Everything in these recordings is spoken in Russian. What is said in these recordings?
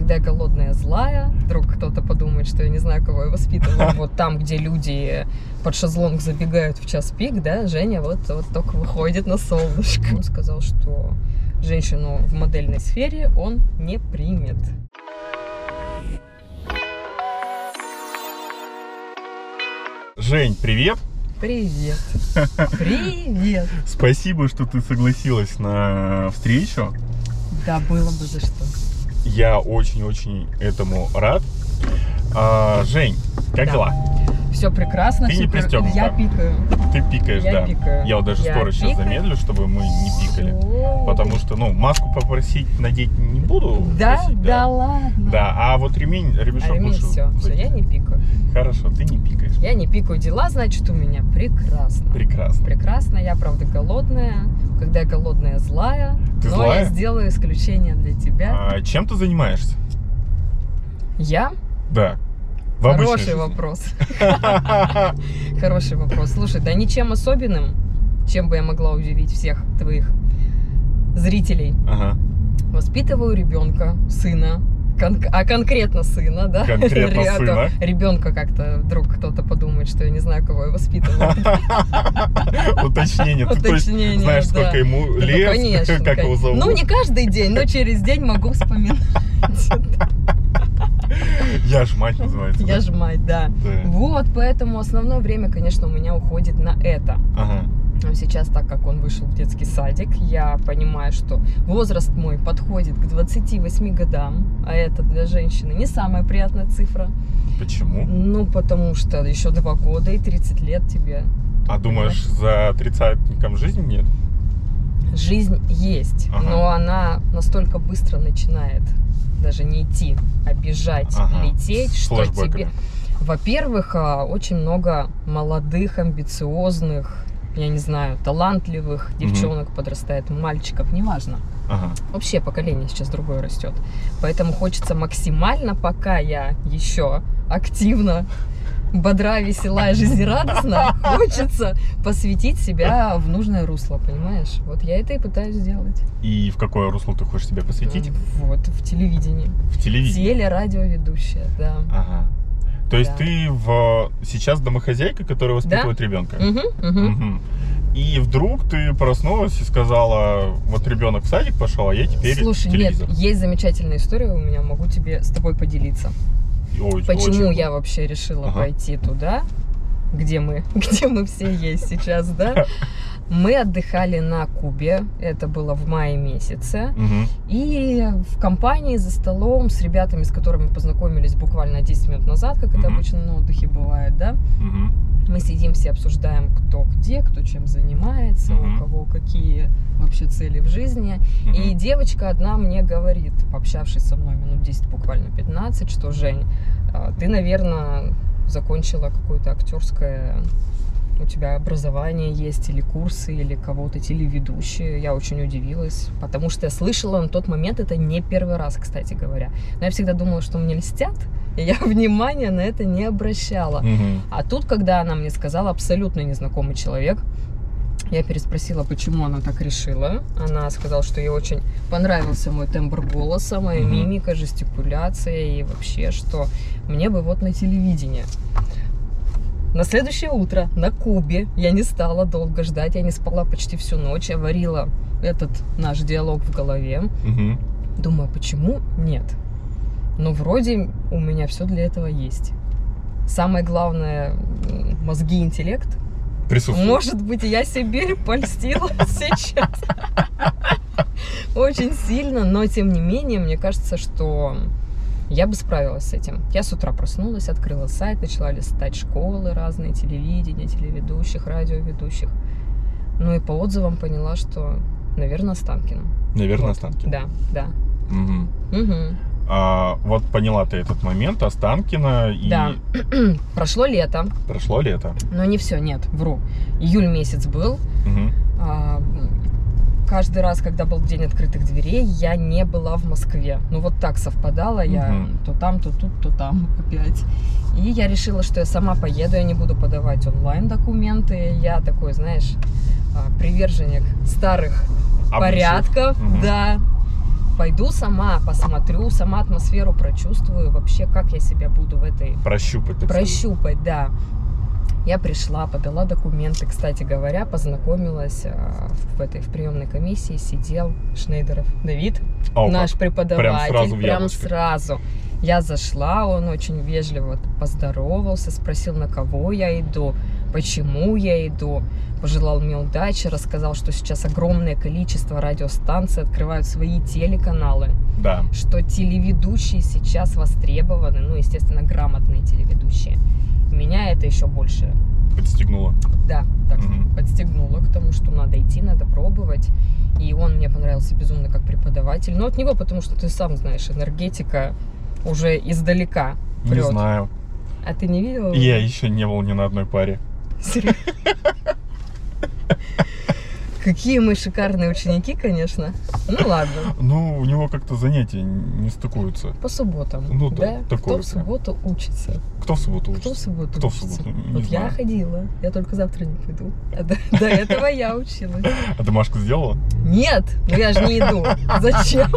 когда я голодная, злая, вдруг кто-то подумает, что я не знаю, кого я воспитывала. Вот там, где люди под шезлонг забегают в час пик, да, Женя вот только выходит на солнышко. Он сказал, что женщину в модельной сфере он не примет. Жень, привет! Привет! Привет! Спасибо, что ты согласилась на встречу. Да, было бы за что. Я очень-очень этому рад. Жень, как дела? Все прекрасно. Ты не пристегнута. Я пикаю. Ты пикаешь, Я да. пикаю. Я вот даже скорость сейчас замедлю, чтобы мы не пикали. Потому что, маску попросить надеть не буду. Да, да ладно. Да, а вот ремешок лучше. Все, я не пикаю. Хорошо, ты не пикаешь. Я не пикаю. Дела, значит, у меня прекрасно. Прекрасно. Прекрасно. Я, правда, голодная. Когда я голодная, злая. Ты но злая? Я сделаю исключение для тебя. А чем ты занимаешься? Я? Да. Хороший вопрос. Хороший вопрос. Слушай, да ничем особенным, чем бы я могла удивить всех твоих зрителей. Ага. Воспитываю ребенка, сына, конкретно сына, да? Конкретно сына. Ребенка как-то вдруг кто-то подумает, что я не знаю, кого я воспитываю. Уточнение. Ты точно знаешь, сколько ему лет, конечно, как его зовут? Ну, не каждый день, но через день могу вспоминать. Я ж мать называется. Я ж мать, да. Вот, поэтому основное время, конечно, у меня уходит на это. Ага. Сейчас, так как он вышел в детский садик, я понимаю, что возраст мой подходит к 28 годам, а это для женщины не самая приятная цифра. Почему? Ну, потому что еще 2 года и 30 лет тебе. А думаешь, за тридцатником жизни нет? Жизнь есть, но она настолько быстро начинает даже не идти, а бежать, лететь, что тебе... Во-первых, очень много молодых, амбициозных, я не знаю, талантливых девчонок подрастает, мальчиков, неважно. Вообще поколение сейчас другое растет. Поэтому хочется максимально, пока я еще активна, бодра, весела и жизнерадостна, хочется посвятить себя в нужное русло, понимаешь? Вот я это и пытаюсь сделать. И в какое русло ты хочешь себя посвятить? Вот, в телевидении. В телевидении? Телерадиоведущая, да. Ага. То есть ты сейчас домохозяйка, которая воспитывает ребенка? Угу. И вдруг ты проснулась и сказала, вот ребенок в садик пошел, а я теперь телевизор. Нет, есть замечательная история у меня, могу тебе с тобой поделиться. Почему я вообще решила пойти туда, где мы все есть сейчас, да? Мы отдыхали на Кубе, это было в мае месяце, и в компании за столом с ребятами, с которыми познакомились буквально 10 минут назад, как это обычно на отдыхе бывает, да? Мы сидим, все обсуждаем, кто где, кто чем занимается, у кого какие вообще цели в жизни. И девочка одна мне говорит, пообщавшись со мной минут 10, буквально 15, что, Жень, ты, наверное, закончила какое-то актерское, у тебя образование есть, или курсы, или кого-то телеведущие. Я очень удивилась, потому что я слышала на тот момент, это не первый раз, кстати говоря. Но я всегда думала, что мне льстят, и я внимания на это не обращала. А тут, когда она мне сказала, абсолютно незнакомый человек, я переспросила, почему она так решила. Она сказала, что ей очень понравился мой тембр голоса, моя мимика, жестикуляция и вообще, что мне бы вот на телевидение. На следующее утро на Кубе я не стала долго ждать, я не спала почти всю ночь, я варила этот наш диалог в голове. Думаю, почему нет? Но вроде у меня все для этого есть. Самое главное, мозги, интеллект. Может быть, я себе польстила сейчас. Очень сильно, но тем не менее, мне кажется, что я бы справилась с этим. Я с утра проснулась, открыла сайт, начала листать школы разные, телевидение, телеведущих, радиоведущих. Ну и по отзывам поняла, что, наверное, Останкино. Наверное, Останкино. Да. Вот поняла ты этот момент, Останкино. Да. Прошло лето. Но не все, нет, вру. Июль месяц был. Каждый раз, когда был день открытых дверей, я не была в Москве. Ну вот так совпадало, я то там, то тут, то там опять. И я решила, что я сама поеду, я не буду подавать онлайн документы. Я такой, знаешь, приверженник старых порядков, да. Пойду сама, посмотрю, сама атмосферу прочувствую, вообще, как я себя буду в этой... Прощупать, да. Я пришла, подала документы, кстати говоря, познакомилась в приемной комиссии, сидел Шнейдеров Давид, наш преподаватель, прям сразу. Я зашла, он очень вежливо поздоровался, спросил, на кого я иду, почему я иду, пожелал мне удачи, рассказал, что сейчас огромное количество радиостанций открывают свои телеканалы, да. Что телеведущие сейчас востребованы, ну, естественно, грамотные телеведущие. Меня это еще больше подстегнуло. Да, так подстегнуло к тому, что надо идти, надо пробовать. И он мне понравился безумно как преподаватель. Но от него, потому что ты сам знаешь, энергетика уже издалека прет. Не знаю. А ты не видел? Я еще не был ни на одной паре. Серьезно? Какие мы шикарные ученики, конечно. Ну ладно. Ну, у него как-то занятия не стыкуются. По субботам. Ну да. Кто в субботу учится? Кто в субботу учится? Кто в субботу Кто учится? в субботу? Вот я ходила. Я только завтра не пойду. А до этого я училась. А домашку сделала? Нет, ну я же не иду. Зачем?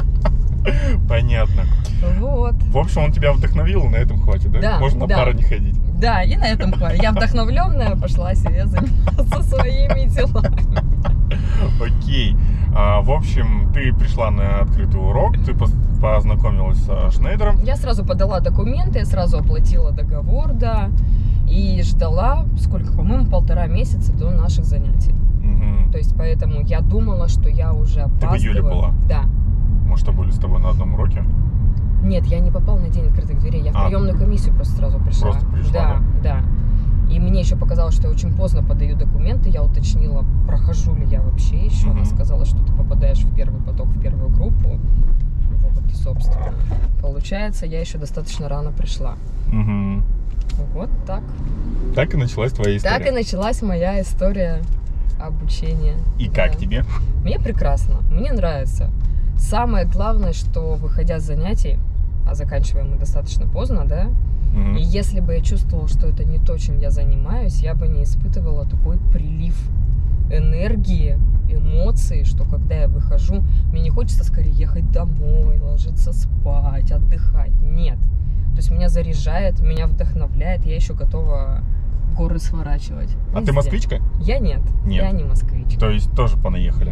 Понятно. Вот. В общем, он тебя вдохновил, и на этом хватит, да? Да. Можно на пару не ходить. Да, и на этом хватит. Я вдохновленная пошла себе заниматься своими делами. Окей. В общем, ты пришла на открытый урок, ты познакомилась с Шнейдером. Я сразу подала документы, я сразу оплатила договор, да, и ждала, сколько, по-моему, 1,5 месяца до наших занятий. Угу. То есть, поэтому я думала, что я уже опаздываю. Ты в июле была? Да. Мы что, были с тобой на одном уроке? Нет, я не попала на день открытых дверей, я в приемную комиссию просто сразу пришла. Просто пришла, да. И мне еще показалось, что я очень поздно подаю документы. Я уточнила, прохожу ли я вообще еще. Она сказала, что ты попадаешь в первый поток, в первую группу. Вот, собственно. Получается, я еще достаточно рано пришла. Угу. Вот так. Так и началась твоя история. Так и началась моя история обучения. И как тебе? Мне прекрасно, мне нравится. Самое главное, что выходя с занятий, а заканчиваем мы достаточно поздно, да, и если бы я чувствовала, что это не то, чем я занимаюсь, я бы не испытывала такой прилив энергии, эмоций, что когда я выхожу, мне не хочется скорее ехать домой, ложиться спать, отдыхать. Нет. То есть меня заряжает, меня вдохновляет, я еще готова горы сворачивать. А ты москвичка? Я нет. Я не москвичка. То есть тоже понаехала?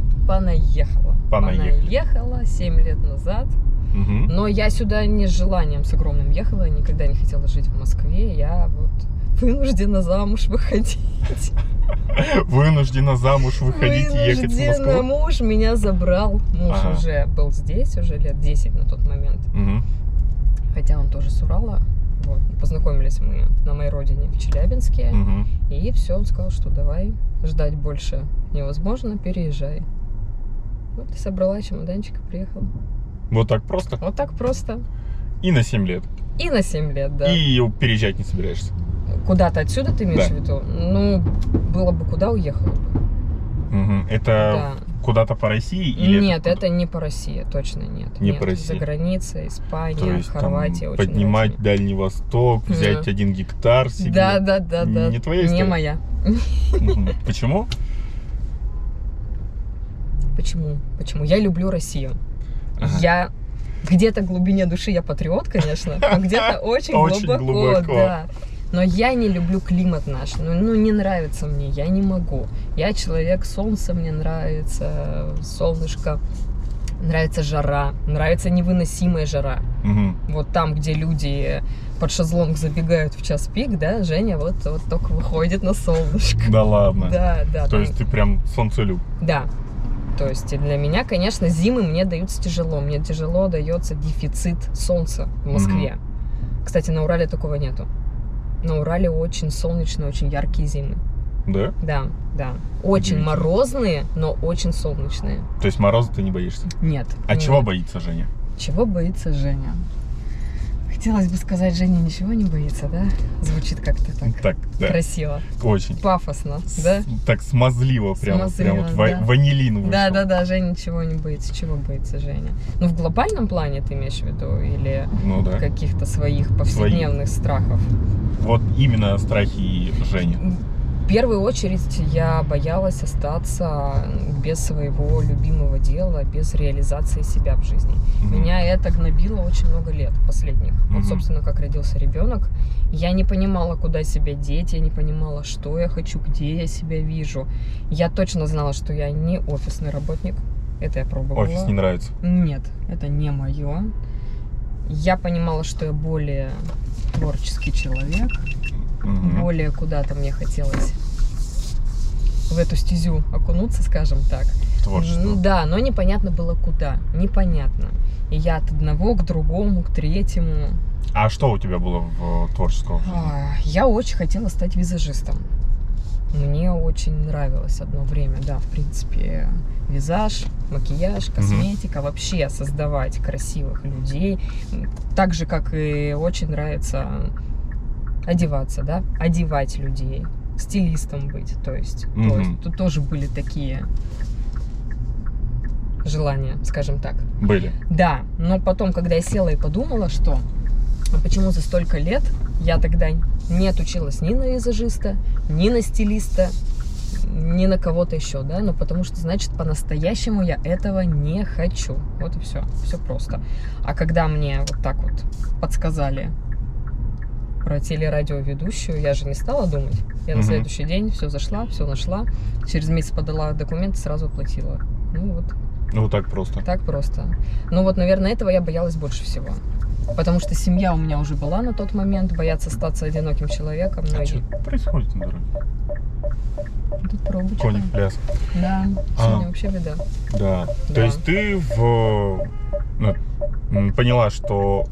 Понаехала 7 лет назад. Но я сюда не с желанием, с огромным ехала, я никогда не хотела жить в Москве, я вот вынуждена замуж выходить. Вынуждена замуж выходить и ехать в Москву? Муж меня забрал, муж уже был здесь, уже лет 10 на тот момент, хотя он тоже с Урала. Вот. Познакомились мы на моей родине в Челябинске, и все, он сказал, что давай, ждать больше невозможно, переезжай. Вот и собрала чемоданчик и приехала. Вот так просто? Вот так просто. И на 7 лет? И на 7 лет, да. И переезжать не собираешься? Куда-то отсюда ты имеешь в виду? Ну, было бы куда, уехала бы. Это куда-то по России? Или нет, это не по России, точно нет. Не по России. За границей, Испания, то есть, Хорватия. Очень поднимать очень. Дальний Восток, взять 1 гектар себе. Да. Не твоя история? Не моя. Почему? Почему? Я люблю Россию. Я где-то в глубине души я патриот, конечно, но где-то очень глубоко, да. Но я не люблю климат наш. Ну, не нравится мне, я не могу. Я человек солнца, мне нравится солнышко, нравится жара, нравится невыносимая жара. Вот там, где люди под шезлонг забегают в час пик, да, Женя вот только выходит на солнышко. Да ладно? Да. То есть ты прям солнцелюб? Да. То есть для меня, конечно, зимы мне даются тяжело. Мне тяжело дается дефицит солнца в Москве. Кстати, на Урале такого нету. На Урале очень солнечные, очень яркие зимы. Да? Да. Очень морозные, но очень солнечные. То есть мороза ты не боишься? Нет. А чего боится Женя? Чего боится Женя? Хотелось бы сказать, Женя ничего не боится, да? Звучит как-то так да. Красиво. Очень. Пафосно, да? Так смазливо, прям вот да. Ванилин вышел. Да, Женя ничего не боится. Чего боится Женя? Ну, в глобальном плане ты имеешь в виду? Или каких-то своих повседневных страхов? Вот именно страхи Жени. В первую очередь я боялась остаться без своего любимого дела, без реализации себя в жизни. Меня это гнобило очень много лет последних. Вот, собственно, как родился ребенок, я не понимала, куда себя деть, я не понимала, что я хочу, где я себя вижу. Я точно знала, что я не офисный работник. Это я пробовала. Офис не нравится? Нет, это не мое. Я понимала, что я более творческий человек. Более куда-то мне хотелось в эту стезю окунуться, скажем так. Творчество. Да, но непонятно было куда. Непонятно. И я от одного к другому, к третьему. А что у тебя было в творческом? Я очень хотела стать визажистом. Мне очень нравилось одно время, да, в принципе, визаж, макияж, косметика, вообще создавать красивых людей. Так же, как и очень нравится одеваться, да, одевать людей, стилистом быть, то есть тут тоже были такие желания, скажем так. Были. Да, но потом, когда я села и подумала, что почему за столько лет я тогда не отучилась ни на визажиста, ни на стилиста, ни на кого-то еще, да, но потому что, значит, по-настоящему я этого не хочу. Вот и все, все просто. А когда мне вот так вот подсказали про телерадиоведущую, я же не стала думать. Я на следующий день все зашла, все нашла. Через месяц подала документы, сразу оплатила. Ну вот. Ну так просто. Так просто. Ну вот, наверное, этого я боялась больше всего. Потому что семья у меня уже была на тот момент, бояться остаться одиноким человеком. Что происходит на дороге? Тут пробочка. Коник пляс. Да, сегодня вообще беда. Да. То есть ты поняла, что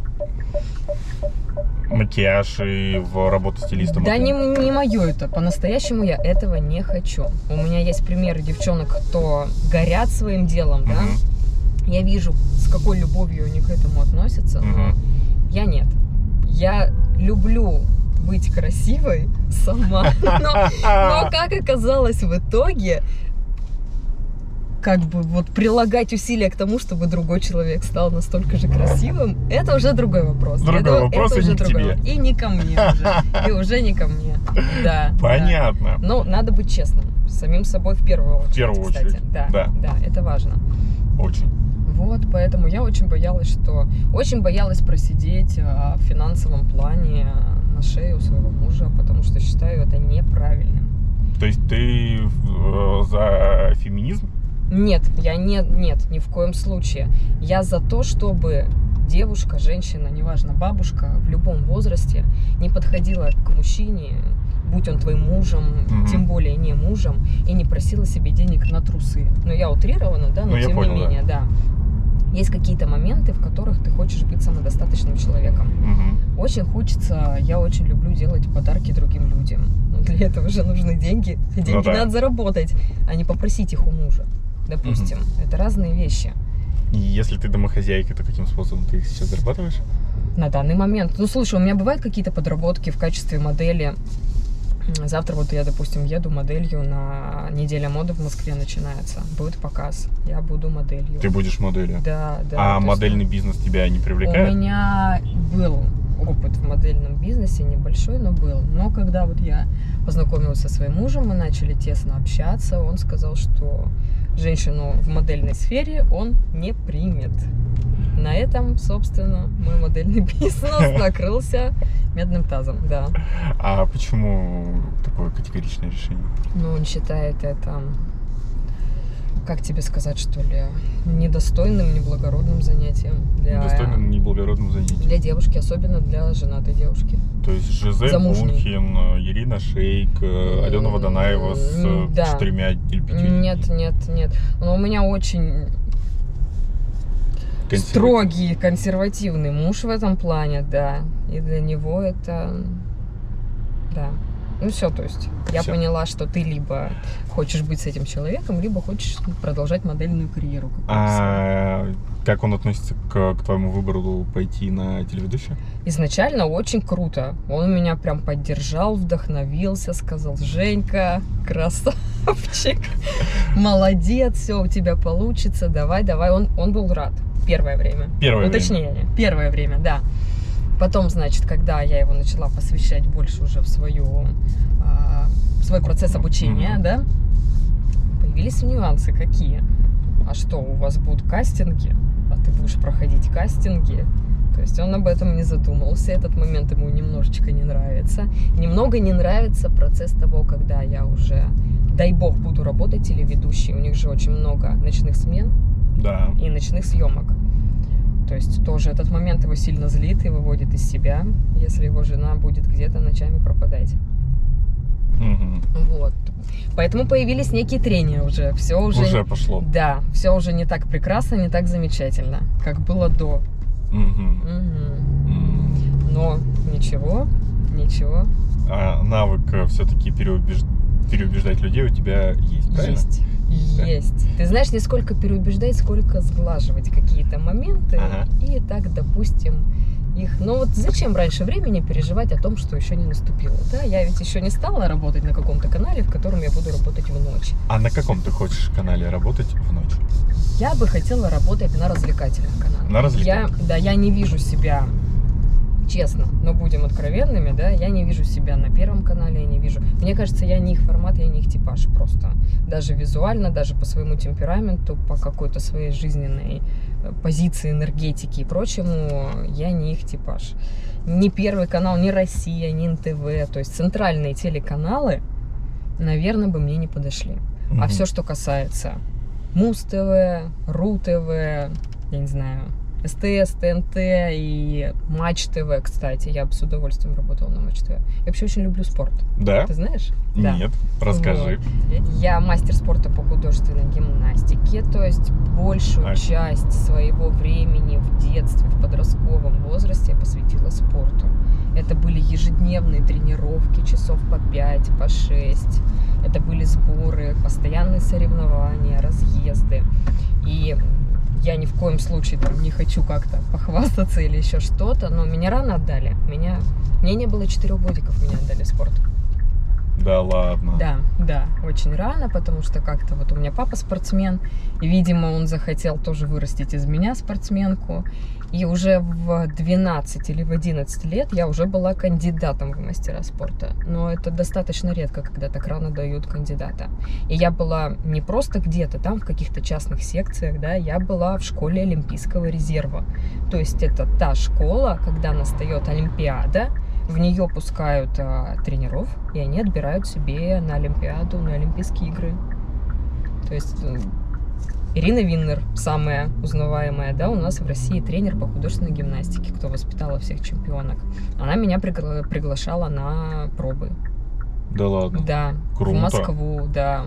макияж и в работу стилистом... Да не мое это. По-настоящему я этого не хочу. У меня есть примеры девчонок, кто горят своим делом, да. Я вижу, с какой любовью они к этому относятся, но я нет. Я люблю быть красивой сама, но как оказалось в итоге, как бы вот прилагать усилия к тому, чтобы другой человек стал настолько же красивым, это уже другой вопрос. Другой вопрос, это и уже не к тебе. И не ко мне уже. И уже не ко мне. Да. Понятно. Да. Ну, надо быть честным. С самим собой в первую очередь. В первую очередь. Да, это важно. Очень. Вот, поэтому я очень боялась просидеть в финансовом плане на шее у своего мужа, потому что считаю это неправильным. То есть ты за феминизм? Нет, нет, ни в коем случае. Я за то, чтобы девушка, женщина, неважно, бабушка в любом возрасте не подходила к мужчине, будь он твоим мужем, тем более не мужем, и не просила себе денег на трусы. Ну, я утрированно, да, но тем не менее, да. Есть какие-то моменты, в которых ты хочешь быть самодостаточным человеком. Очень хочется, я очень люблю делать подарки другим людям. Но для этого же нужны деньги. Деньги надо заработать, а не попросить их у мужа, допустим. Это разные вещи. И если ты домохозяйка, то каким способом ты их сейчас зарабатываешь? На данный момент. Ну, слушай, у меня бывают какие-то подработки в качестве модели. Завтра вот я, допустим, еду моделью на неделя моды в Москве начинается. Будет показ. Я буду моделью. Ты будешь моделью? Да. А модельный бизнес тебя не привлекает? У меня был опыт в модельном бизнесе, небольшой, но был. Но когда вот я познакомилась со своим мужем, мы начали тесно общаться, он сказал, что женщину в модельной сфере он не примет. На этом, собственно, мой модельный бизнес накрылся медным тазом, да. А почему такое категоричное решение? Ну, он считает это, как тебе сказать, что ли, недостойным, неблагородным занятием. Недостойным, неблагородным занятием. Для девушки, особенно для женатой девушки. То есть Жизель Бунхен, Ирина Шейк, Алена Водонаева с 4 или 5? Нет. Но у меня очень строгий, консервативный муж в этом плане, да. И для него это... Да. Ну все, то есть я поняла, что ты либо хочешь быть с этим человеком, либо хочешь продолжать модельную карьеру. Как он относится к твоему выбору пойти на телеведущую? Изначально очень круто. Он меня прям поддержал, вдохновился, сказал: Женька, красавчик, молодец, все у тебя получится, давай. Он был рад первое время. Первое время, да. Потом, значит, когда я его начала посвящать больше уже в свою свой процесс обучения, да, появились нюансы какие. А что, у вас будут кастинги, а ты будешь проходить кастинги? То есть он об этом не задумывался, этот момент ему немножечко не нравится. Немного не нравится процесс того, когда я уже, дай бог, буду работать телеведущей. У них же очень много ночных смен и ночных съемок. То есть тоже этот момент его сильно злит и выводит из себя, если его жена будет где-то ночами пропадать. Вот. Поэтому появились некие трения уже. Все уже пошло. Да, все уже не так прекрасно, не так замечательно, как было до. Но ничего. А навык все-таки переубеждать людей у тебя есть, правильно? Есть. Ты знаешь, не сколько переубеждать, сколько сглаживать какие-то моменты. И так, допустим, их... Ну вот зачем раньше времени переживать о том, что еще не наступило? Да? Я ведь еще не стала работать на каком-то канале, в котором я буду работать в ночь. А на каком ты хочешь канале работать в ночь? Я бы хотела работать на развлекательном канале. На развлекательном? Я не вижу себя, честно, но будем откровенными, да, я не вижу себя на Первом канале, я не вижу. Мне кажется, я не их формат, я не их типаж просто. Даже визуально, даже по своему темпераменту, по какой-то своей жизненной позиции, энергетики и прочему, я не их типаж. Ни Первый канал, ни Россия, ни НТВ, то есть центральные телеканалы, наверное, бы мне не подошли. А все, что касается Муз-ТВ, РУ-ТВ, я не знаю, СТС, ТНТ и Матч ТВ, кстати. Я бы с удовольствием работала на Матч ТВ. Я вообще очень люблю спорт. Да? Ты знаешь? Нет, да. расскажи. Вот. Я мастер спорта по художественной гимнастике, то есть большую часть своего времени в детстве, в подростковом возрасте я посвятила спорту. Это были ежедневные тренировки, часов по 5, по 6. Это были сборы, постоянные соревнования, разъезды. И я ни в коем случае там не хочу как-то похвастаться или еще что-то, но меня рано отдали. Мне не было 4 годиков, меня отдали в спорт. Да ладно? Да, очень рано, потому что как-то вот у меня папа спортсмен, и, видимо, он захотел тоже вырастить из меня спортсменку. И уже в 12 или в 11 лет я уже была кандидатом в мастера спорта. Но это достаточно редко, когда так рано дают кандидата. И я была не просто где-то там, в каких-то частных секциях, да, я была в школе Олимпийского резерва. То есть это та школа, когда настает Олимпиада, в нее пускают тренеров, и они отбирают себе на Олимпиаду, на Олимпийские игры. То есть Ирина Виннер, самая узнаваемая, да, у нас в России тренер по художественной гимнастике, кто воспитала всех чемпионок. Она меня приглашала на пробы. Да ладно? Да, круто. В Москву, да.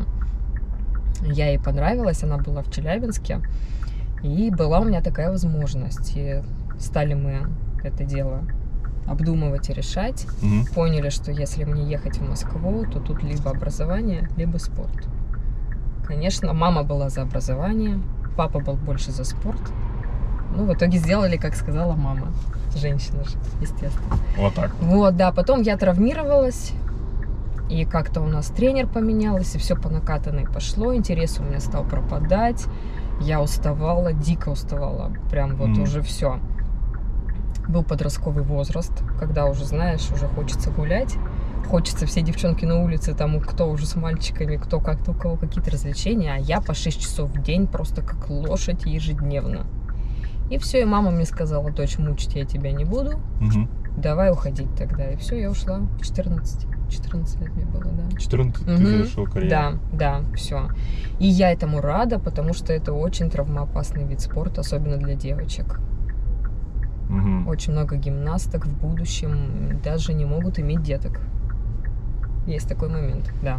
Я ей понравилась, она была в Челябинске, и была у меня такая возможность. И стали мы это дело обдумывать и решать. Поняли, что если мне ехать в Москву, то тут либо образование, либо спорт. Конечно, мама была за образование, папа был больше за спорт. Ну, в итоге сделали, как сказала мама. Женщина же, естественно. Вот так. Вот, да. Потом я травмировалась, и как-то у нас тренер поменялся, и все по накатанной пошло. Интерес у меня стал пропадать. Я уставала, дико уставала. Прям вот уже все. Был подростковый возраст, когда уже, знаешь, уже хочется гулять. Хочется все девчонки на улице, там кто уже с мальчиками, кто как-то, у кого какие-то развлечения, а я по 6 часов в день просто как лошадь ежедневно. И все, и мама мне сказала: дочь, мучить я тебя не буду, давай уходить тогда. И все, я ушла в 14 лет мне было, да. 14 ты завершила карьеру? Да, все. И я этому рада, потому что это очень травмоопасный вид спорта, особенно для девочек. Очень много гимнасток в будущем даже не могут иметь деток. Есть такой момент, да.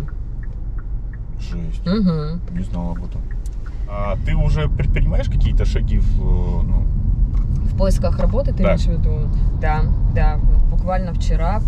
Жесть. Не знала об этом. А ты уже предпринимаешь какие-то шаги в поисках работы, ты имеешь в виду? Да. Буквально вчера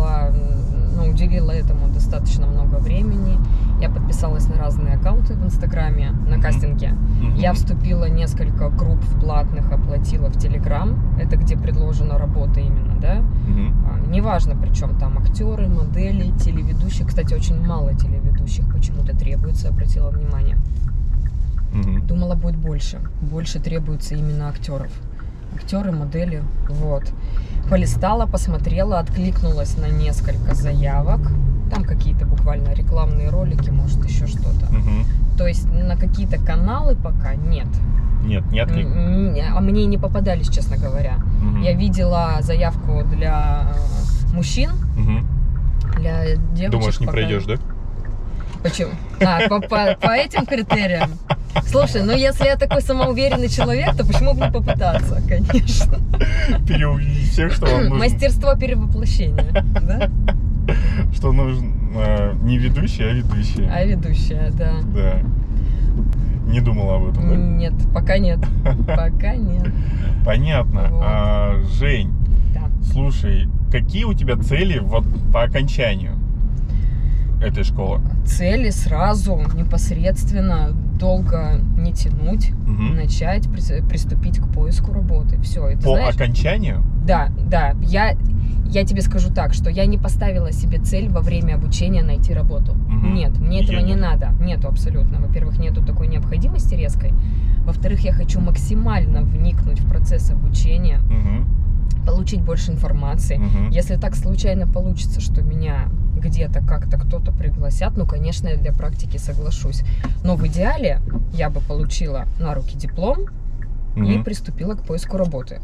уделила этому достаточно много времени. Я подписалась на разные аккаунты в Инстаграме, на кастинге. Я вступила в несколько групп платных, оплатила в Телеграм. Это где предложена работа именно, да? Неважно, причем там актеры, модели, телеведущие. Кстати, очень мало телеведущих почему-то требуется, обратила внимание. Думала, будет больше. Больше требуется именно актеров. Актеры, модели, вот. Полистала, посмотрела, откликнулась на несколько заявок. Там какие-то буквально рекламные ролики, может, еще что-то. То есть на какие-то каналы пока нет. Нет, не отклик. А мне не попадались, честно говоря. Я видела заявку для мужчин, для девочек. Думаешь, не пройдешь, да? Почему? По этим критериям? Слушай, ну если я такой самоуверенный человек, то почему бы не попытаться, конечно. Переубедить всех, что вам нужно. Мастерство перевоплощения, да? Что нужно не ведущая, а ведущая. А ведущая, да. Да. Не думала об этом, да? Нет, пока нет. Пока нет. Понятно. Вот. Жень, Да. слушай, какие у тебя цели вот по окончанию этой школы? Цели сразу, непосредственно, долго не тянуть, начать, приступить к поиску работы. Все. Это, по окончанию? Да. Я тебе скажу так, что я не поставила себе цель во время обучения найти работу. Нет, мне этого не надо. Нету абсолютно. Во-первых, нету такой необходимости резкой. Во-вторых, я хочу максимально вникнуть в процесс обучения, получить больше информации. Если так случайно получится, что меня где-то как-то кто-то пригласят, ну, конечно, я для практики соглашусь. Но в идеале я бы получила на руки диплом и приступила к поиску работы.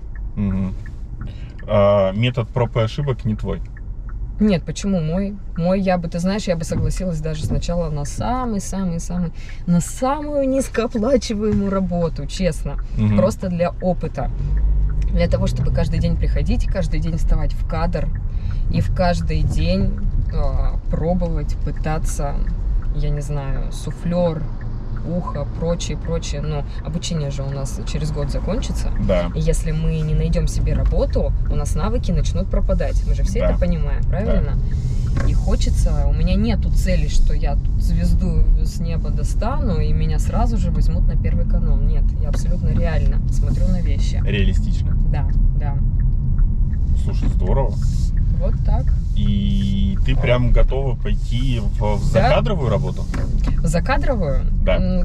Метод проб и ошибок не твой? Нет, почему мой? Ты знаешь, я бы согласилась даже сначала на на самую низкооплачиваемую работу, честно. Просто для опыта. Для того, чтобы каждый день приходить, каждый день вставать в кадр и в каждый день пробовать, пытаться, я не знаю, суфлер, ухо, прочее. Но обучение же у нас через год закончится. Да. И если мы не найдем себе работу, у нас навыки начнут пропадать. Мы же все это понимаем, правильно? Да. И хочется, у меня нету цели, что я тут звезду с неба достану и меня сразу же возьмут на первый канал. Нет, я абсолютно реально смотрю на вещи. Реалистично. Да. Слушай, здорово. Вот так. И ты прям готова пойти в закадровую работу? В закадровую? Да.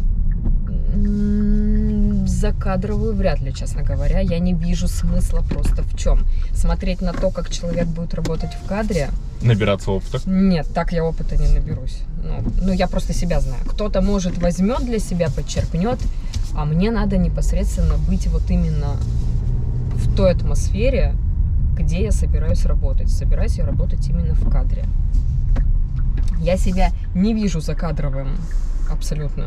Закадровую вряд ли, честно говоря. Я не вижу смысла просто в чем. Смотреть на то, как человек будет работать в кадре. Набираться опыта? Нет, так я опыта не наберусь. Ну, я просто себя знаю. Кто-то, может, возьмет для себя, подчеркнет, а мне надо непосредственно быть вот именно в той атмосфере, где я собираюсь работать. Собираюсь я работать именно в кадре. Я себя не вижу закадровым абсолютно.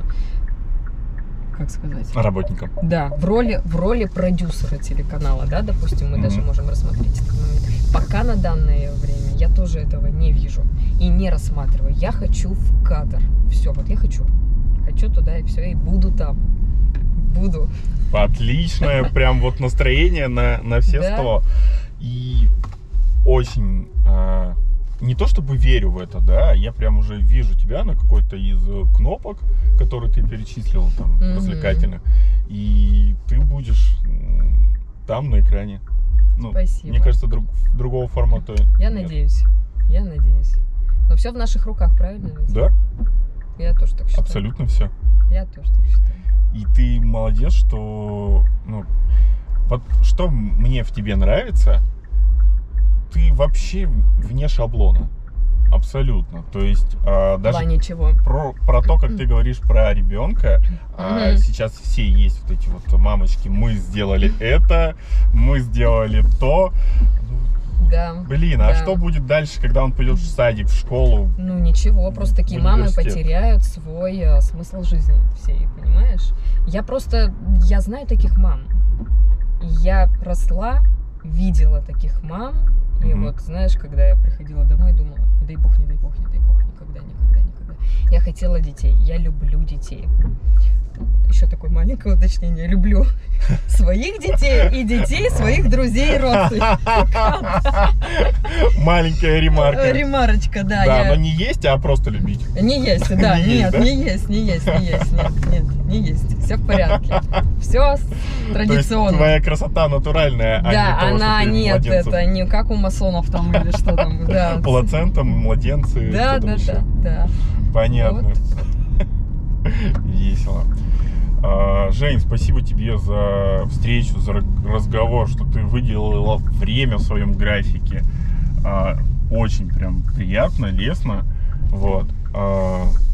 Как сказать? Работником. Да, в роли продюсера телеканала, да, допустим, мы даже можем рассмотреть этот момент. Пока на данное время я тоже этого не вижу и не рассматриваю. Я хочу в кадр. Все, вот я хочу туда и все, и буду там. Буду. Отличное прям вот настроение на все 100. И очень, не то чтобы верю в это, да, я прям уже вижу тебя на какой-то из кнопок, которые ты перечислил, там, развлекательных, и ты будешь там на экране. Ну, спасибо. Мне кажется, другого формата Я нет. надеюсь. Но все в наших руках, правильно? Ведь? Да. Я тоже так считаю. Абсолютно все. Я тоже так считаю. И ты молодец, что, вот что мне в тебе нравится, ты вообще вне шаблона. Абсолютно. То есть даже про то, как ты говоришь про ребенка, сейчас все есть вот эти вот мамочки, мы сделали это, мы сделали то. Да. Блин, а что будет дальше, когда он пойдет в садик, в школу? Ну ничего, просто такие мамы потеряют свой смысл жизни всей, понимаешь? Я знаю таких мам. Я росла, видела таких мам. И вот, знаешь, когда я приходила домой, думала, не дай бог, никогда. Я хотела детей, я люблю детей. Еще такое маленькое уточнение, люблю своих детей и детей своих друзей и родственников. Маленькая ремарка. Ремарочка, да. Да, но не есть, а просто любить. Не есть, да, нет, не есть. Все в порядке. Все традиционно. То есть твоя красота натуральная, а не то, она что нет, младенцев. Это не как у масонов там или что там. Да. Плацента, младенцы. Да. Понятно. Весело. Жень, спасибо тебе за встречу, за разговор, что ты выделила время в своем графике. Очень прям приятно, лестно. Вот.